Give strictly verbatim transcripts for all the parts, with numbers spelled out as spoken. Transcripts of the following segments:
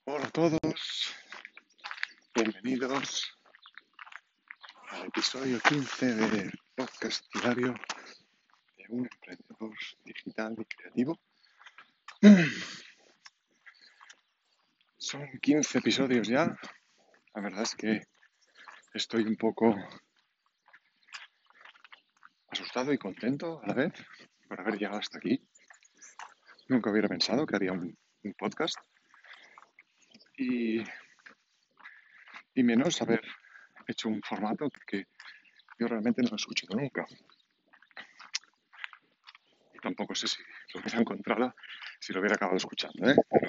Hola a todos, bienvenidos al episodio quince del podcast diario de un emprendedor digital y creativo. Son quince episodios ya, la verdad es que estoy un poco asustado y contento a la vez por haber llegado hasta aquí. Nunca hubiera pensado que haría un, un podcast y, y menos haber hecho un formato que yo realmente no he escuchado nunca. Y tampoco sé si lo hubiera encontrado, si lo hubiera acabado escuchando, ¿eh? Pero,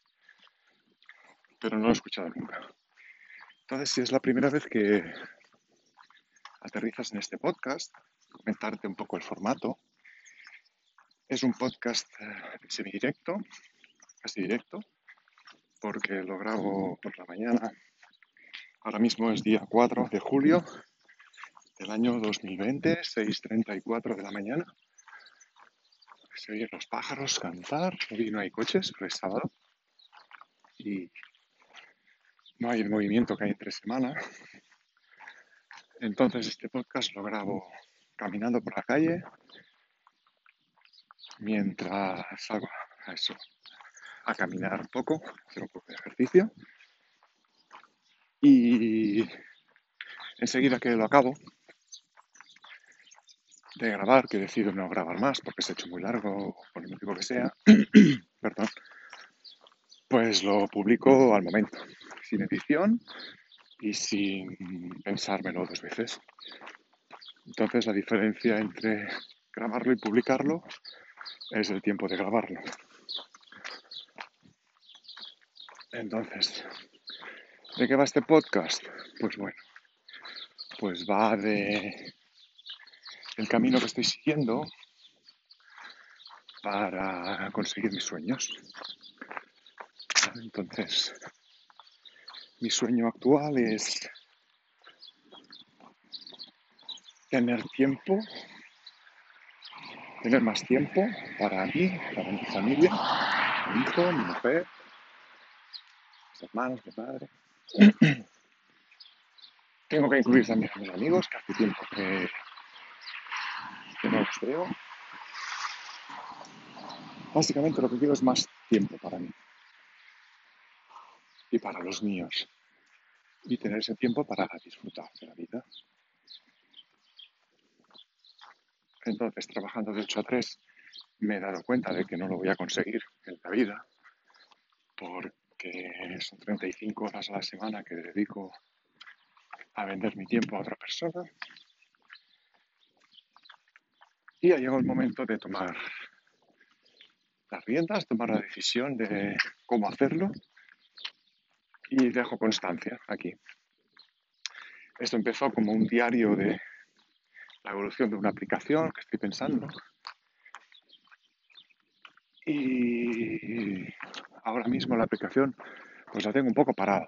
pero no lo he escuchado nunca. Entonces, si es la primera vez que aterrizas en este podcast, comentarte un poco el formato. Es un podcast eh, semidirecto, casi directo, porque lo grabo por la mañana. Ahora mismo es día cuatro de julio del año dos mil veinte, seis treinta y cuatro de la mañana. Se oyen los pájaros cantar, hoy no hay coches, pero es sábado. Y no hay el movimiento que hay entre semana. Entonces este podcast lo grabo caminando por la calle mientras salgo a eso, a caminar un poco, hacer un poco de ejercicio. Y enseguida que lo acabo de grabar, que decido no grabar más porque se ha hecho muy largo, por el motivo que sea, perdón, pues lo publico al momento, sin edición y sin pensármelo dos veces. Entonces la diferencia entre grabarlo y publicarlo es el tiempo de grabarlo. Entonces, ¿de qué va este podcast? Pues bueno, pues va de el camino que estoy siguiendo para conseguir mis sueños. Entonces, mi sueño actual es tener tiempo, tener más tiempo para mí, para mi familia, mi hijo, mi mujer, mis hermanos, mi padre. Tengo que incluir también a mis amigos, que hace tiempo que, que no los veo. Básicamente lo que quiero es más tiempo para mí y para los míos. Y tener ese tiempo para disfrutar de la vida. Entonces, trabajando de ocho a tres, me he dado cuenta de que no lo voy a conseguir en la vida, porque son treinta y cinco horas a la semana que dedico a vender mi tiempo a otra persona. Y ha llegado el momento de tomar las riendas, tomar la decisión de cómo hacerlo y dejo constancia aquí. Esto empezó como un diario de la evolución de una aplicación que estoy pensando y ahora mismo la aplicación pues la tengo un poco parada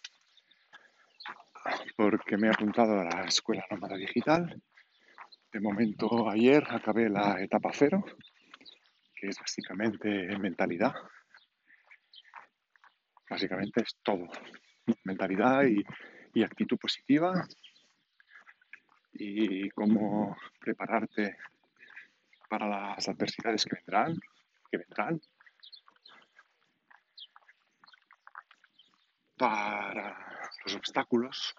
porque me he apuntado a la escuela nómada digital. De momento ayer acabé la etapa cero, que es básicamente mentalidad. Básicamente es todo. Mentalidad y, y actitud positiva y cómo prepararte para las adversidades que vendrán, que vendrán, para los obstáculos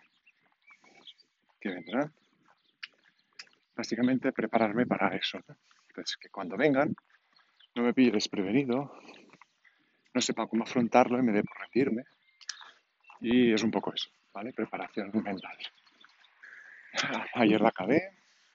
que vendrán. Básicamente prepararme para eso, ¿no? Entonces, que cuando vengan no me pille desprevenido, no sepa cómo afrontarlo y me dé por rendirme. Y es un poco eso, ¿vale? Preparación mental. Ayer la acabé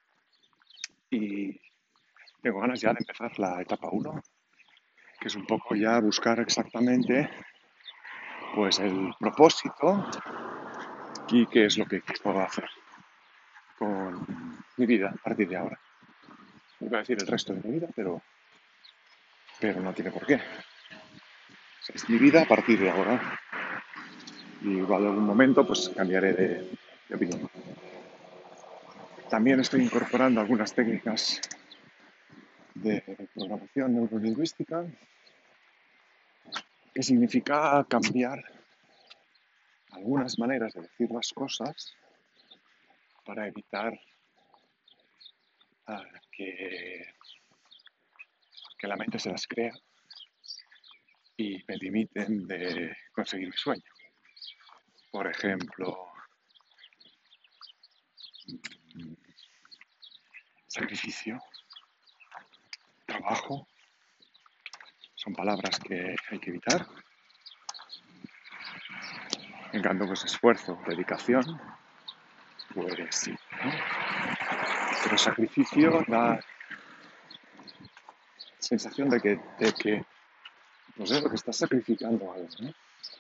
y tengo ganas ya de empezar la etapa uno, que es un poco ya buscar exactamente pues el propósito y qué es lo que quiero hacer con mi vida a partir de ahora. Iba a decir el resto de mi vida, pero, pero no tiene por qué. O sea, es mi vida a partir de ahora. Y igual en algún momento pues cambiaré de, de opinión. También estoy incorporando algunas técnicas de programación neurolingüística que significa cambiar algunas maneras de decir las cosas para evitar ah, que, que la mente se las crea y me limiten de conseguir mi sueño. Por ejemplo, mm, sacrificio, trabajo, son palabras que hay que evitar. En cambio, pues esfuerzo, dedicación, pues sí, ¿no? Pero sacrificio da sensación de que, de que no sé, lo que estás sacrificando algo, ¿no?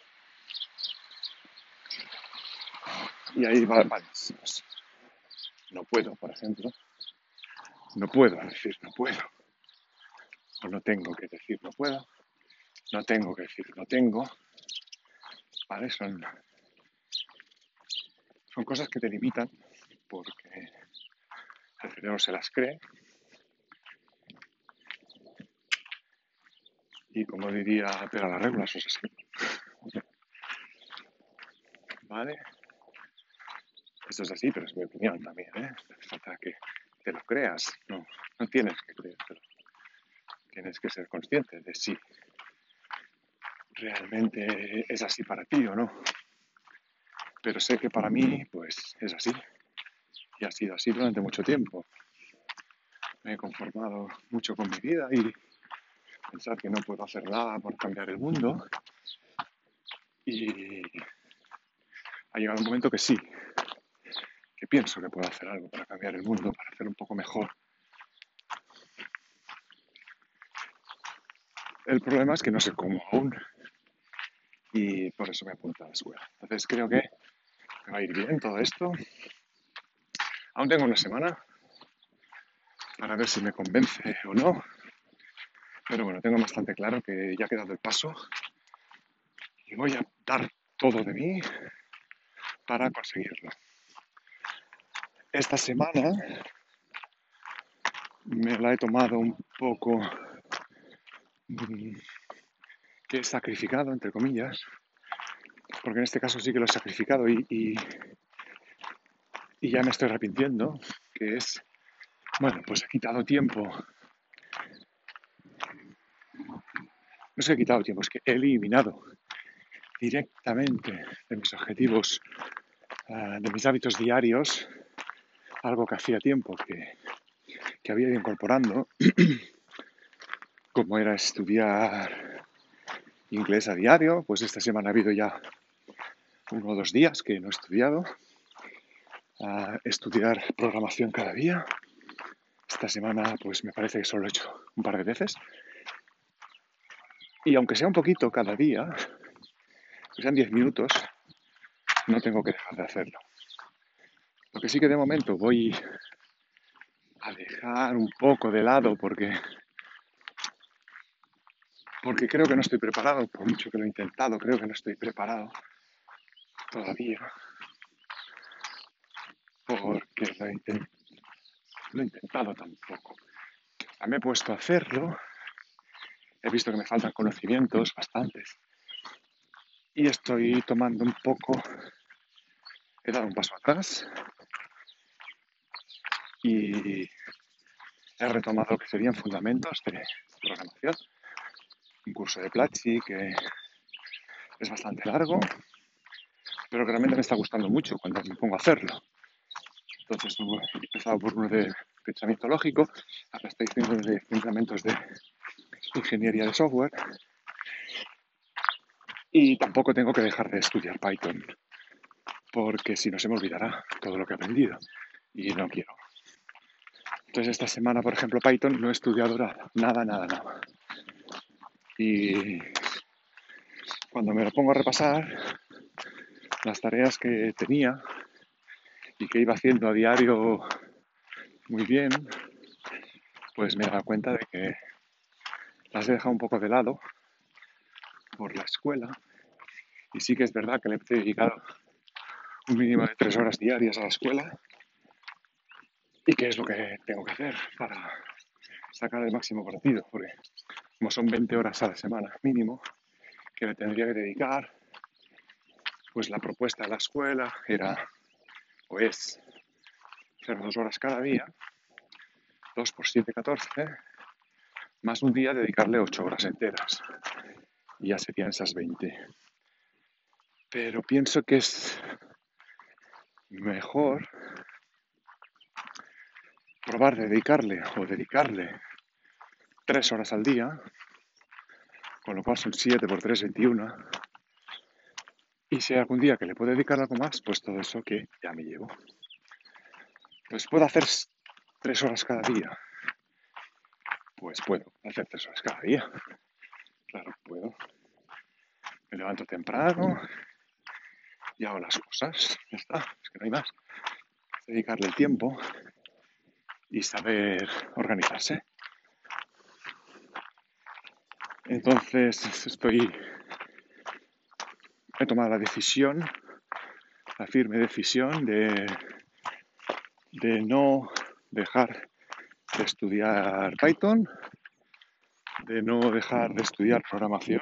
Y ahí va, vale, pues, no puedo, por ejemplo, no puedo decir no puedo, o no tengo que decir no puedo, no tengo que decir no tengo, ¿vale? Son, son cosas que te limitan porque el cerebro se las cree y, como diría Pera la regla, eso es así, ¿vale? Esto es así, pero es mi opinión también, ¿eh? Hace falta que te lo creas, no, no tienes que creértelo, tienes que ser consciente de si realmente es así para ti o no. Pero sé que para mí, pues, es así. Y ha sido así durante mucho tiempo. Me he conformado mucho con mi vida y pensar que no puedo hacer nada por cambiar el mundo. Y ha llegado un momento que sí, que pienso que puedo hacer algo para cambiar el mundo, para hacer un poco mejor. El problema es que no sé cómo aún y por eso me apunto a la escuela. Entonces creo que me va a ir bien todo esto. Aún tengo una semana para ver si me convence o no. Pero bueno, tengo bastante claro que ya ha quedado el paso y voy a dar todo de mí para conseguirlo. Esta semana me la he tomado un poco mm, que he sacrificado, entre comillas, porque en este caso sí que lo he sacrificado y, y, y ya me estoy arrepintiendo, que es, bueno, pues he quitado tiempo. No es que he quitado tiempo, es que he eliminado directamente de mis objetivos, uh, de mis hábitos diarios, algo que hacía tiempo que, que había ido incorporando, como era estudiar inglés a diario. Pues esta semana ha habido ya uno o dos días que no he estudiado, a estudiar programación cada día. Esta semana pues me parece que solo lo he hecho un par de veces. Y aunque sea un poquito cada día, que sean diez minutos, no tengo que dejar de hacerlo. Lo que sí que de momento voy a dejar un poco de lado porque, porque creo que no estoy preparado, por mucho que lo he intentado, creo que no estoy preparado todavía. Porque lo he, intent- lo he intentado tampoco. Me he puesto a hacerlo, he visto que me faltan conocimientos bastantes y estoy tomando un poco, he dado un paso atrás y he retomado lo que serían fundamentos de programación, un curso de Platzi que es bastante largo, pero que realmente me está gustando mucho cuando me pongo a hacerlo. Entonces he empezado por uno de pensamiento lógico, ahora estoy haciendo de fundamentos de ingeniería de software y tampoco tengo que dejar de estudiar Python, porque si no se me olvidará todo lo que he aprendido y no quiero. Entonces esta semana, por ejemplo, Python no he estudiado nada, nada, nada, nada. Y cuando me lo pongo a repasar, las tareas que tenía y que iba haciendo a diario muy bien, pues me he dado cuenta de que las he dejado un poco de lado por la escuela. Y sí que es verdad que le he dedicado un mínimo de tres horas diarias a la escuela y que es lo que tengo que hacer para sacar el máximo partido, porque como son veinte horas a la semana mínimo que le tendría que dedicar, pues la propuesta de la escuela era, o es, hacer dos horas cada día, dos por siete, catorce, más un día dedicarle ocho horas enteras. Y ya serían esas veinte. Pero pienso que es mejor probar de dedicarle o dedicarle tres horas al día, con lo cual son siete por tres, veintiuno. Y si hay algún día que le puedo dedicar algo más, pues todo eso que ya me llevo. Pues puedo hacer tres horas cada día. Pues puedo hacer tres horas cada día. Claro, puedo. Me levanto temprano y hago las cosas. Ya está, es que no hay más. Dedicarle el tiempo y saber organizarse. Entonces estoy, he tomado la decisión, la firme decisión de, de no dejar de estudiar Python, de no dejar de estudiar programación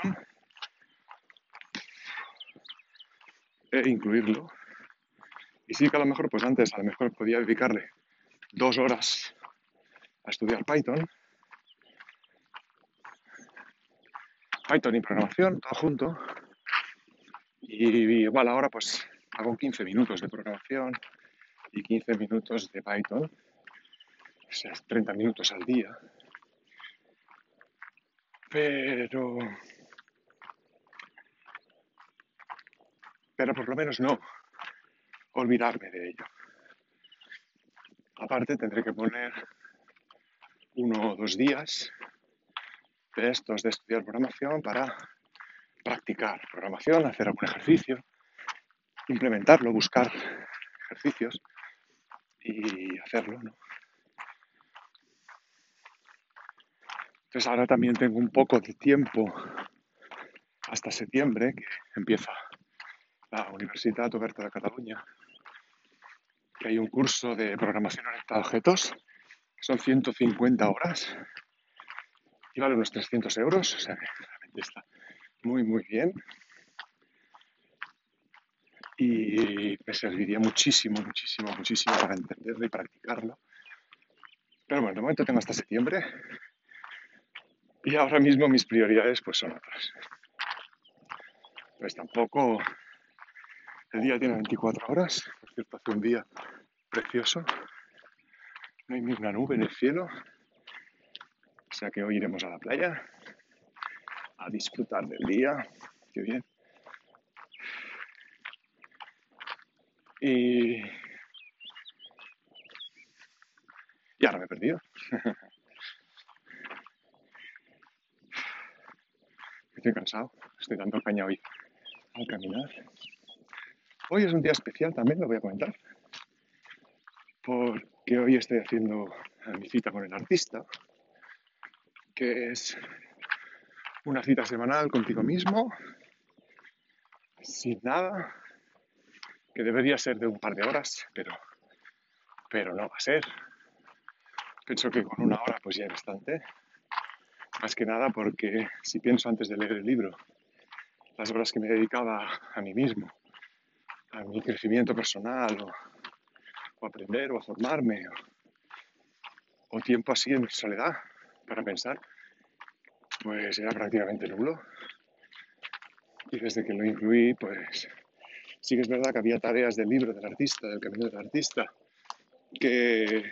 e incluirlo. Y sí que a lo mejor, pues antes a lo mejor podía dedicarle dos horas a estudiar Python, Python y programación, todo junto. Y igual ahora pues hago quince minutos de programación y quince minutos de Python, o sea, treinta minutos al día. Pero, pero por lo menos no olvidarme de ello. Aparte tendré que poner uno o dos días de estos de estudiar programación para practicar programación, hacer algún ejercicio, implementarlo, buscar ejercicios y hacerlo, ¿no? Entonces ahora también tengo un poco de tiempo hasta septiembre, que empieza la Universitat Oberta de Cataluña, que hay un curso de programación orientada a objetos, que son ciento cincuenta horas y vale unos trescientos euros, o sea que realmente está muy muy bien y me serviría muchísimo, muchísimo, muchísimo para entenderlo y practicarlo. Pero bueno, de momento tengo hasta septiembre y ahora mismo mis prioridades pues son otras. Pues tampoco, el día tiene veinticuatro horas, por cierto hace un día precioso, no hay ni una nube en el cielo, o sea que hoy iremos a la playa a disfrutar del día, qué bien. Y, y ahora me he perdido. Estoy cansado, estoy dando caña hoy al caminar. Hoy es un día especial también, lo voy a comentar, porque hoy estoy haciendo mi cita con el artista, que es una cita semanal contigo mismo, sin nada, que debería ser de un par de horas, pero, pero no va a ser. Pienso que con una hora pues ya es bastante. Más que nada porque si pienso antes de leer el libro, las horas que me dedicaba a mí mismo, a mi crecimiento personal, o, o aprender, o a formarme, o, o tiempo así en soledad para pensar, pues era prácticamente nulo. Y desde que lo incluí, pues sí que es verdad que había tareas del libro del artista, del camino del artista, que,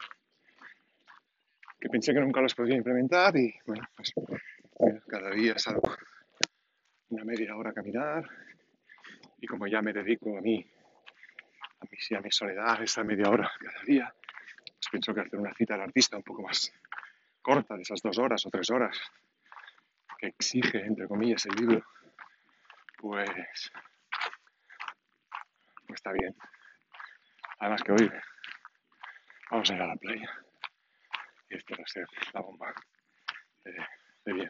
que pensé que nunca los podía implementar y bueno, pues cada día salgo una media hora a caminar y como ya me dedico a mí, a mí, a mi soledad, esa media hora cada día, pues pienso que hacer una cita al artista un poco más corta, de esas dos horas o tres horas que exige, entre comillas, el libro, pues, pues está bien. Además que hoy vamos a ir a la playa y esto va a ser la bomba de, de bien.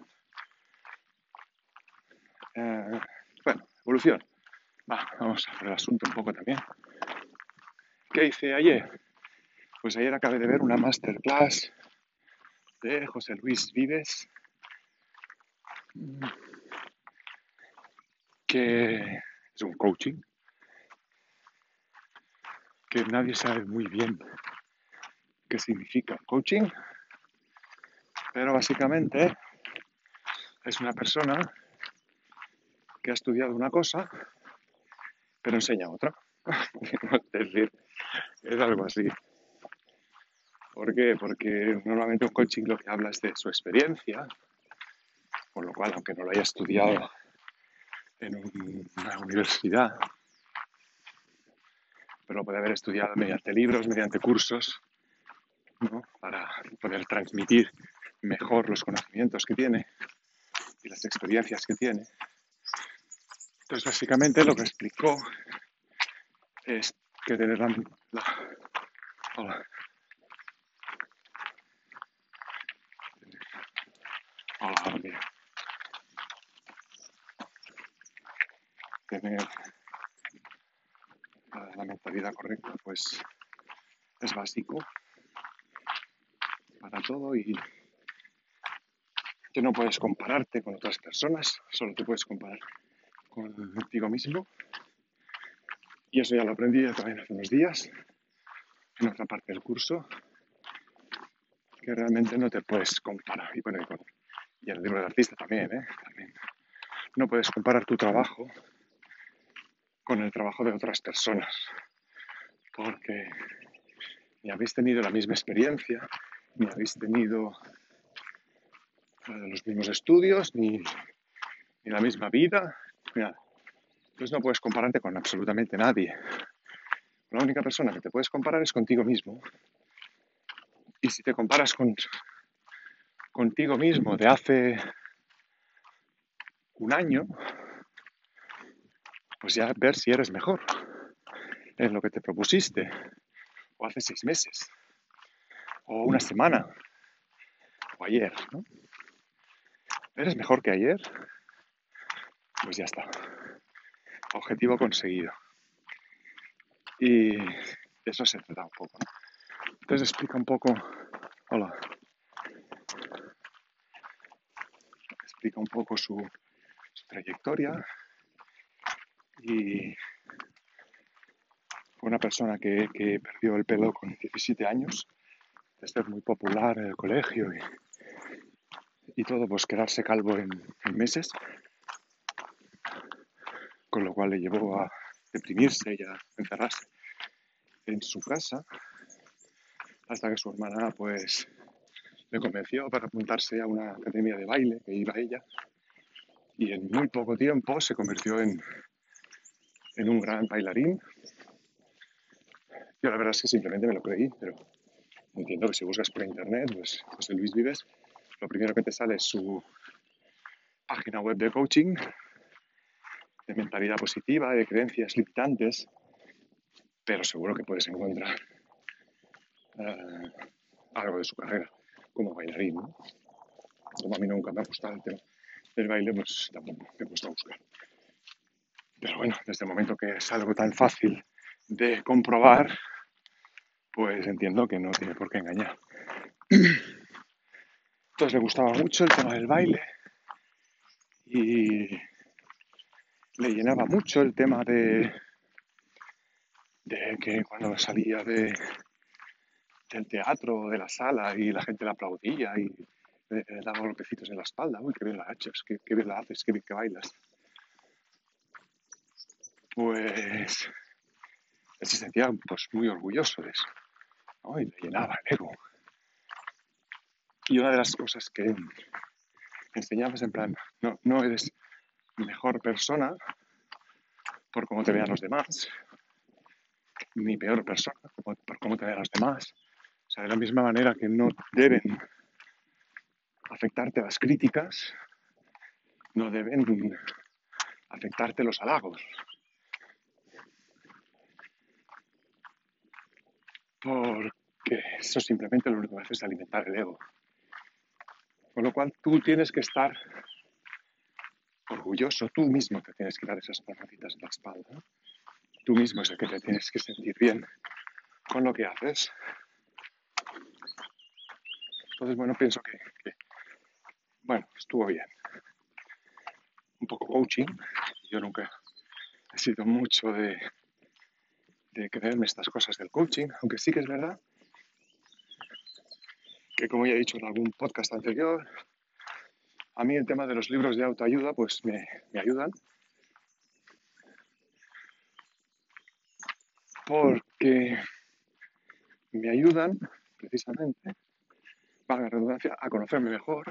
Eh, bueno, evolución. Va, vamos a por el asunto un poco también. ¿Qué hice ayer? Pues ayer acabé de ver una masterclass de José Luis Vives que es un coaching, que nadie sabe muy bien qué significa coaching, pero básicamente es una persona que ha estudiado una cosa, pero enseña otra. Es decir, es algo así. ¿Por qué? Porque normalmente un coaching lo que habla es de su experiencia, con lo cual, aunque no lo haya estudiado en un- una universidad, pero lo puede haber estudiado mediante libros, mediante cursos, ¿no? Para poder transmitir mejor los conocimientos que tiene y las experiencias que tiene. Entonces, básicamente lo que explicó es que tener la... la hola, hola, mira, tener la, la mentalidad correcta, pues es básico para todo y que no puedes compararte con otras personas, solo te puedes comparar contigo mismo. Y eso ya lo aprendí también hace unos días, en otra parte del curso, que realmente no te puedes comparar. Y bueno, y, con, y el libro del artista también, ¿eh? También. No puedes comparar tu trabajo con el trabajo de otras personas, porque ni habéis tenido la misma experiencia, ni habéis tenido eh, los mismos estudios, ni, ni la misma vida, ni nada. Entonces no puedes compararte con absolutamente nadie. La única persona que te puedes comparar es contigo mismo. Y si te comparas con, contigo mismo de hace un año, pues ya ver si eres mejor en lo que te propusiste, o hace seis meses, o una semana, o ayer, ¿no? ¿Eres mejor que ayer? Pues ya está. Objetivo conseguido. Y de eso se trata un poco, ¿no? Entonces explica un poco, hola, explica un poco su, su trayectoria y fue una persona que, que perdió el pelo con diecisiete años, de ser muy popular en el colegio y, y todo, pues quedarse calvo en, en meses, con lo cual le llevó a deprimirse y a encerrarse en su casa, hasta que su hermana pues le convenció para apuntarse a una academia de baile que iba ella, y en muy poco tiempo se convirtió en, en un gran bailarín. Yo la verdad es que simplemente me lo creí, pero entiendo que si buscas por internet, pues José Luis Vives, lo primero que te sale es su página web de coaching, de mentalidad positiva, de creencias limitantes, pero seguro que puedes encontrar uh, algo de su carrera como bailarín, ¿no? Como a mí nunca me ha gustado el tema del baile, pues tampoco me he puesto a buscar. Pero bueno, desde el momento que es algo tan fácil de comprobar, pues entiendo que no tiene por qué engañar. Entonces le gustaba mucho el tema del baile y le llenaba mucho el tema de, de que cuando salía de, del teatro, de la sala y la gente le aplaudía y le, le daba golpecitos en la espalda. Uy, qué bien la haces, qué, qué bien la haces, qué bien que bailas. Pues él se sentía pues, muy orgulloso de eso, ¿no? Y le llenaba el ego. Y una de las cosas que enseñabas en plan, no, no eres mejor persona por cómo te vean los demás, ni peor persona por, por cómo te vean los demás. O sea, de la misma manera que no deben afectarte las críticas, no deben afectarte los halagos. Porque eso simplemente lo único que hace es alimentar el ego. Con lo cual tú tienes que estar orgulloso, tú mismo te tienes que dar esas palmaditas en la espalda, ¿no? Tú mismo es el que te tienes que sentir bien con lo que haces. Entonces, bueno, pienso que, que bueno, estuvo bien. Un poco coaching. yo nunca he sido mucho de, de creerme estas cosas del coaching, aunque sí que es verdad que, como ya he dicho en algún podcast anterior, a mí el tema de los libros de autoayuda pues me, me ayudan, porque me ayudan precisamente, para la redundancia, a conocerme mejor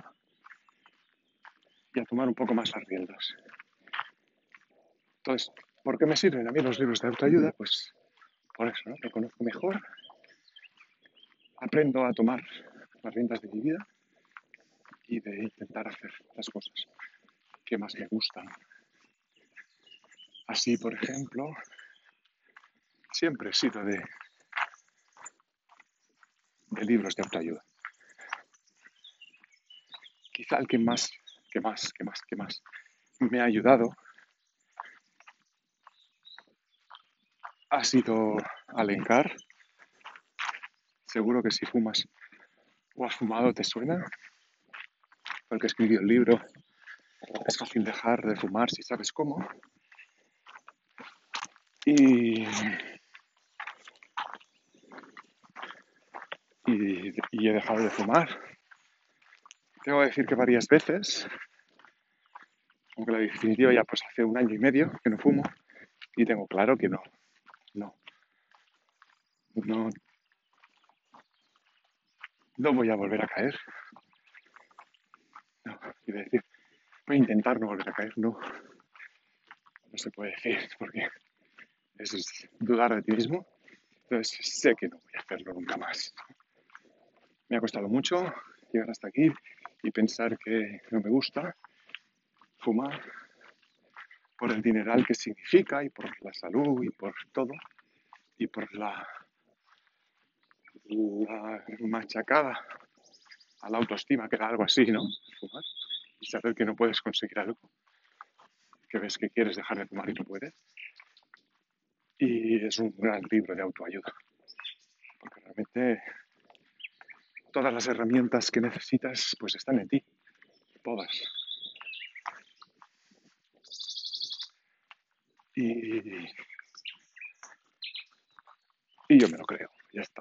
y a tomar un poco más las riendas. Entonces, ¿por qué me sirven a mí los libros de autoayuda? Pues por eso, ¿no? Me conozco mejor, aprendo a tomar las riendas de mi vida y de intentar hacer las cosas que más me gustan. Así, por ejemplo, siempre he sido de, de libros de autoayuda. Quizá el que más, que más, que más, que más me ha ayudado ha sido Alencar. Seguro que si fumas o has fumado te suena. Fue el que escribió el libro. Es fácil dejar de fumar si sabes cómo. Y, y, y he dejado de fumar. Tengo que decir que varias veces, aunque la definitiva ya pues hace un año y medio que no fumo, y tengo claro que no, no, no, no voy a volver a caer. No, quiero decir, voy a intentar no volver a caer, no, no se puede decir, porque eso es dudar de ti mismo. Entonces sé que no voy a hacerlo nunca más. Me ha costado mucho llegar hasta aquí y pensar que no me gusta fumar por el dineral que significa y por la salud y por todo y por la, la machacada a la autoestima que da algo así, ¿no? Fumar y saber que no puedes conseguir algo, que ves que quieres dejar de fumar y no puedes. Y es un gran libro de autoayuda, porque realmente todas las herramientas que necesitas pues están en ti, todas. Y, y yo me lo creo, ya está.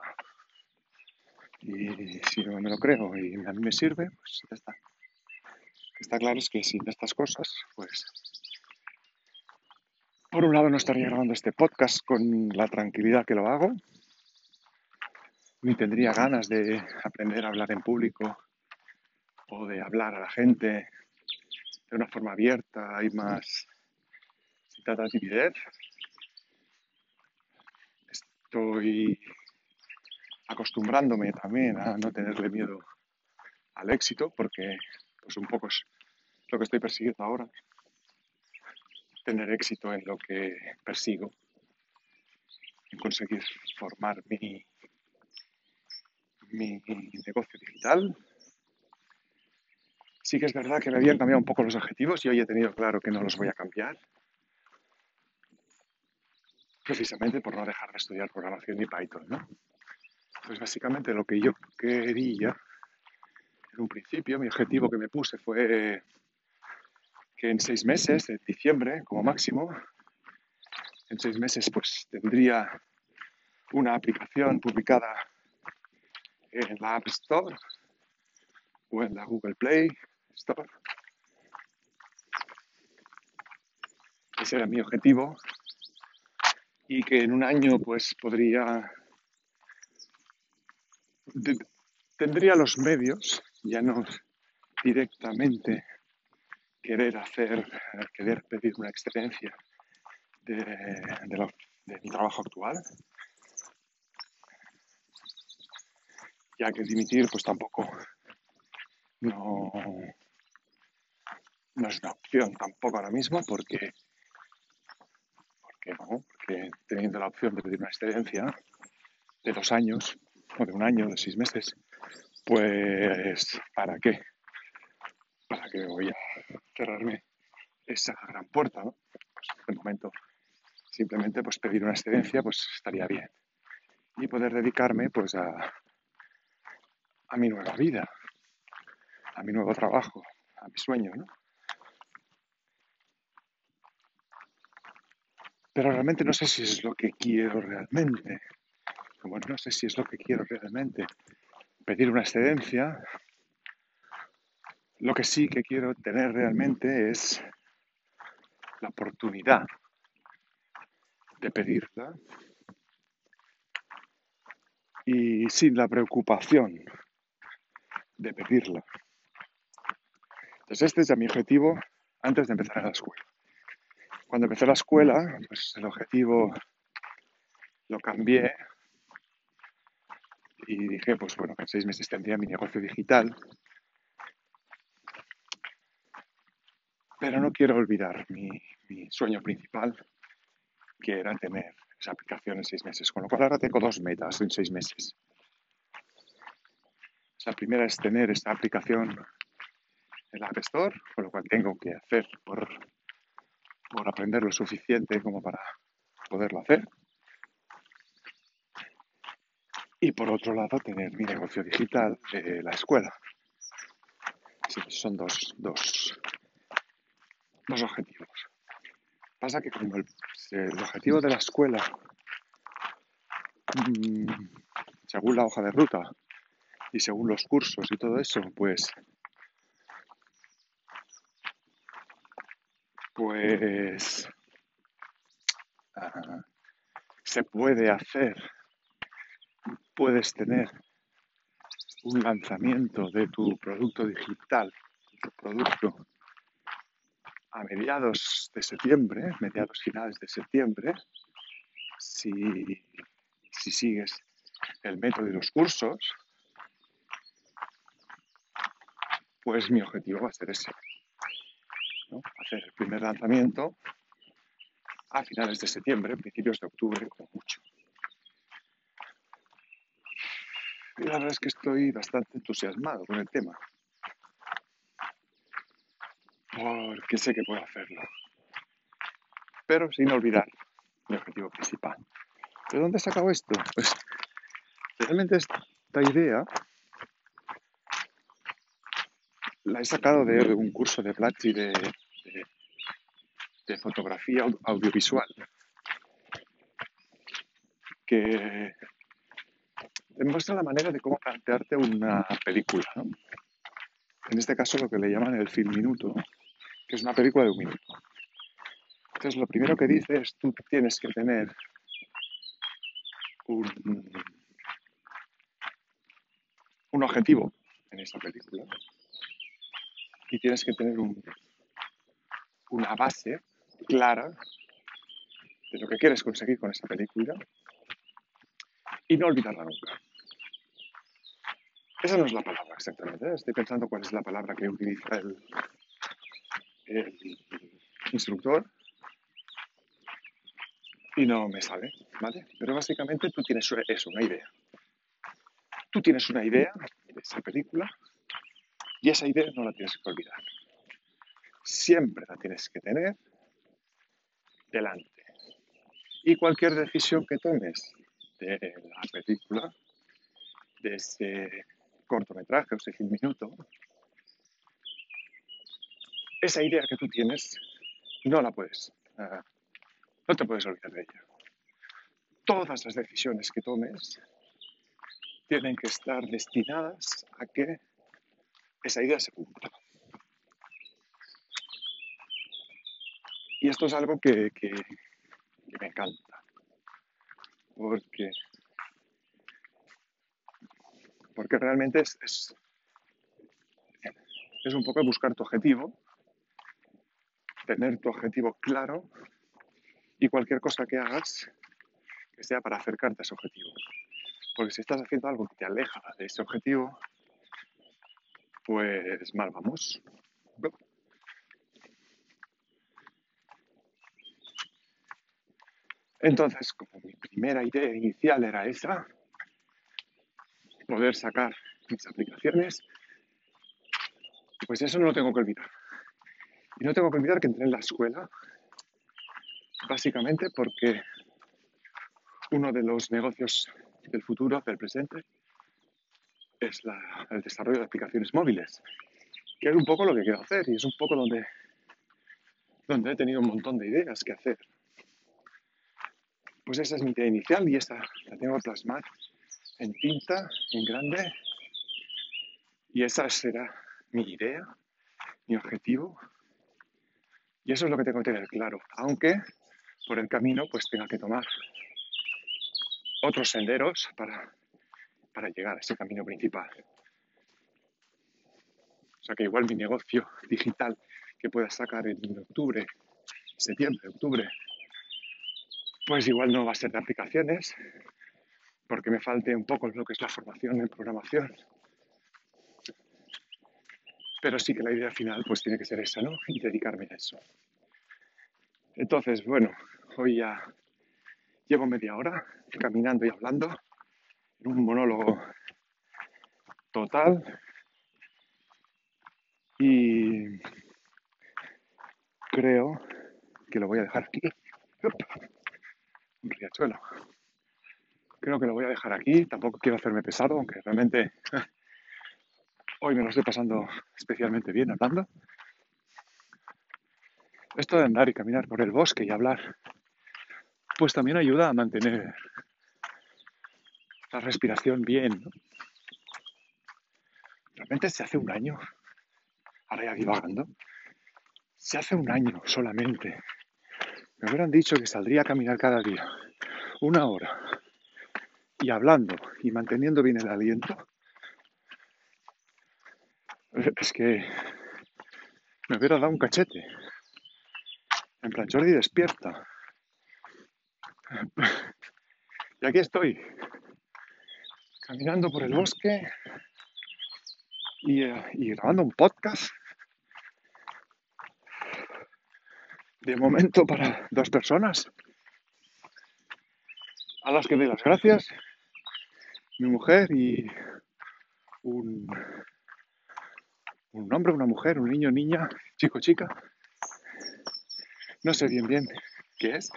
Y si no me lo creo y a mí me sirve, pues ya está. Está claro es que sin estas cosas, pues por un lado no estaría grabando este podcast con la tranquilidad que lo hago, ni tendría ganas de aprender a hablar en público o de hablar a la gente de una forma abierta y más sin tanta timidez. Estoy acostumbrándome también a no tenerle miedo al éxito, porque pues un poco es lo que estoy persiguiendo ahora, tener éxito en lo que persigo, en conseguir formar mi, mi negocio digital. Sí que es verdad que me habían cambiado un poco los objetivos y hoy he tenido claro que no los voy a cambiar, precisamente por no dejar de estudiar programación y Python, ¿no? Pues básicamente lo que yo quería en un principio, mi objetivo que me puse fue que en seis meses, en diciembre como máximo, en seis meses pues tendría una aplicación publicada en la App Store o en la Google Play Store. Ese era mi objetivo y que en un año pues podría de, tendría los medios, ya no directamente querer hacer, querer pedir una excedencia de, de, lo, de mi trabajo actual, ya que dimitir pues tampoco no, no es una opción tampoco ahora mismo, porque, porque no, porque teniendo la opción de pedir una excedencia de dos años o de un año, de seis meses, pues ¿para qué? ¿Para qué voy a cerrarme esa gran puerta, ¿no? Pues de momento simplemente pues pedir una excedencia pues estaría bien y poder dedicarme pues a, a mi nueva vida, a mi nuevo trabajo, a mi sueño, ¿no? pero realmente no sé si es lo que quiero realmente. Como no sé si es lo que quiero realmente pedir una excedencia, lo que sí que quiero tener realmente es la oportunidad de pedirla y sin la preocupación de pedirla. Entonces este es ya mi objetivo antes de empezar a la escuela. Cuando empecé la escuela, pues el objetivo lo cambié y dije, pues bueno, que en seis meses tendría mi negocio digital, pero no quiero olvidar mi, mi sueño principal, que era tener esa aplicación en seis meses. Con lo cual ahora tengo dos metas en seis meses. La primera es tener esta aplicación en la App Store, con lo cual tengo que hacer por, por aprender lo suficiente como para poderlo hacer. Y por otro lado, tener mi negocio digital de la escuela. Sí, son dos, dos, dos objetivos. Pasa que como el, el objetivo de la escuela, mmm, según la hoja de ruta y según los cursos y todo eso, pues, pues uh, se puede hacer, puedes tener un lanzamiento de tu producto digital, tu producto a mediados de septiembre, mediados finales de septiembre, si, si sigues el método y los cursos, pues mi objetivo va a ser ese, ¿no? Hacer el primer lanzamiento a finales de septiembre, principios de octubre, como mucho. Y la verdad es que estoy bastante entusiasmado con el tema, porque sé que puedo hacerlo, pero sin olvidar mi objetivo principal. ¿De dónde he sacado esto? Pues realmente esta idea la he sacado de un curso de Platzi de, de, de fotografía audiovisual, que te muestra la manera de cómo plantearte una película, ¿no? En este caso lo que le llaman el film minuto, que es una película de un minuto. Entonces lo primero que dice es tú tienes que tener un, un objetivo en esa película y tienes que tener un, una base clara de lo que quieres conseguir con esa película y no olvidarla nunca. Esa no es la palabra exactamente, ¿eh? Estoy pensando cuál es la palabra que utiliza el, el instructor y no me sale, ¿vale? Pero básicamente tú tienes eso, una idea. Tú tienes una idea de esa película y esa idea no la tienes que olvidar. Siempre la tienes que tener delante. Y cualquier decisión que tomes de la película, de ese cortometraje o ese film minuto, esa idea que tú tienes no la puedes, uh, no te puedes olvidar de ella. Todas las decisiones que tomes tienen que estar destinadas a que esa idea se cumpla. Y esto es algo que, que, que me encanta, porque, porque realmente es, es, es un poco buscar tu objetivo, tener tu objetivo claro y cualquier cosa que hagas que sea para acercarte a ese objetivo. Porque si estás haciendo algo que te aleja de ese objetivo, pues mal vamos. Entonces, como mi primera idea inicial era esa, poder sacar mis aplicaciones, pues eso no lo tengo que olvidar. Y no tengo que olvidar que entré en la escuela, básicamente porque uno de los negocios del futuro, del presente, es la, el desarrollo de aplicaciones móviles, que es un poco lo que quiero hacer y es un poco donde, donde he tenido un montón de ideas que hacer. Pues esa es mi idea inicial y esta la tengo que plasmar en tinta, en grande, y esa será mi idea, mi objetivo, y eso es lo que tengo que tener claro, aunque por el camino pues tenga que tomar otros senderos para, para llegar a ese camino principal. O sea que igual mi negocio digital que pueda sacar en octubre, septiembre, octubre, pues igual no va a ser de aplicaciones, porque me falte un poco lo que es la formación en programación. Pero sí que la idea final pues tiene que ser esa, ¿no? Y dedicarme a eso. Entonces, bueno, hoy ya llevo media hora caminando y hablando en un monólogo total y creo que lo voy a dejar aquí. Un riachuelo. Creo que lo voy a dejar aquí. Tampoco quiero hacerme pesado, aunque realmente hoy me lo estoy pasando especialmente bien hablando. Esto de andar y caminar por el bosque y hablar, pues también ayuda a mantener la respiración bien, ¿no? Realmente se hace un año, ahora ya divagando, se hace un año solamente. Me hubieran dicho que saldría a caminar cada día, una hora, y hablando y manteniendo bien el aliento. Es que me hubiera dado un cachete. En plan, Jordi, despierta. Y aquí estoy, caminando por el bosque y, eh, y grabando un podcast. De momento para dos personas, a las que doy las gracias. Mi mujer y un, un hombre, una mujer, un niño, niña, chico, chica. No sé bien bien qué es.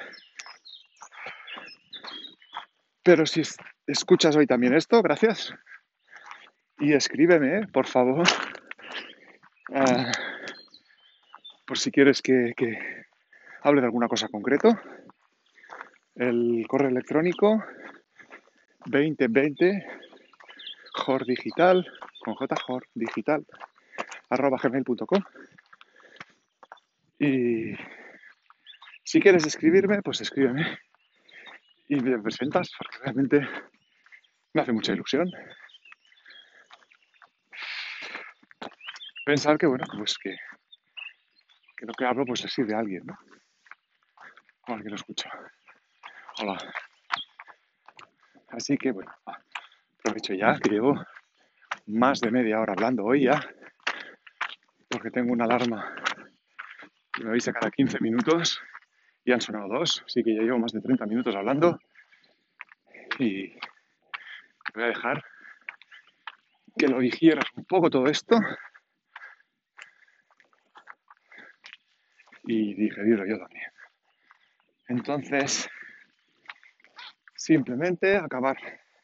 Pero si escuchas hoy también esto, gracias. Y escríbeme, por favor, uh, por si quieres que, que hable de alguna cosa concreto. El correo electrónico veinte veinte jordigital, con j, jordigital, arroba gmail punto com. Y si quieres escribirme, pues escríbeme y me presentas, porque realmente me hace mucha ilusión pensar que, bueno, pues que, que lo que hablo pues le sirve a alguien, ¿no? O a alguien lo escucha. Hola. Así que, bueno, aprovecho ya que llevo más de media hora hablando hoy ya, porque tengo una alarma que me avisa cada quince minutos y han sonado dos, así que ya llevo más de treinta minutos hablando y voy a dejar que lo digieras un poco todo esto y digerirlo yo también. Entonces, simplemente acabar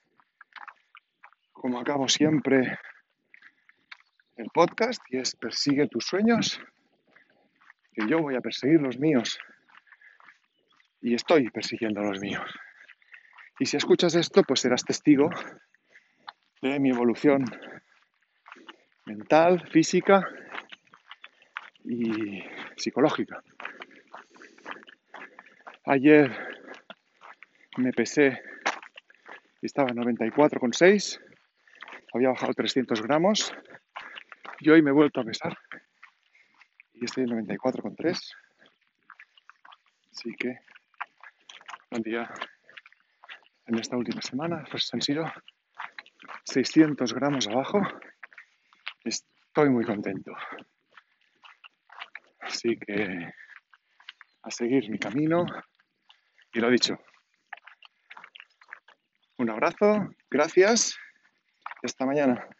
como acabo siempre el podcast, y es: persigue tus sueños, que yo voy a perseguir los míos y estoy persiguiendo los míos. Y si escuchas esto, pues serás testigo de mi evolución mental, física y psicológica. Ayer me pesé y estaba en noventa y cuatro coma seis, había bajado trescientos gramos y hoy me he vuelto a pesar y estoy en noventa y cuatro coma tres. Así que un día en esta última semana pues han sido seiscientos gramos abajo. Estoy muy contento. Así que a seguir mi camino. Y lo dicho, un abrazo, gracias y hasta mañana.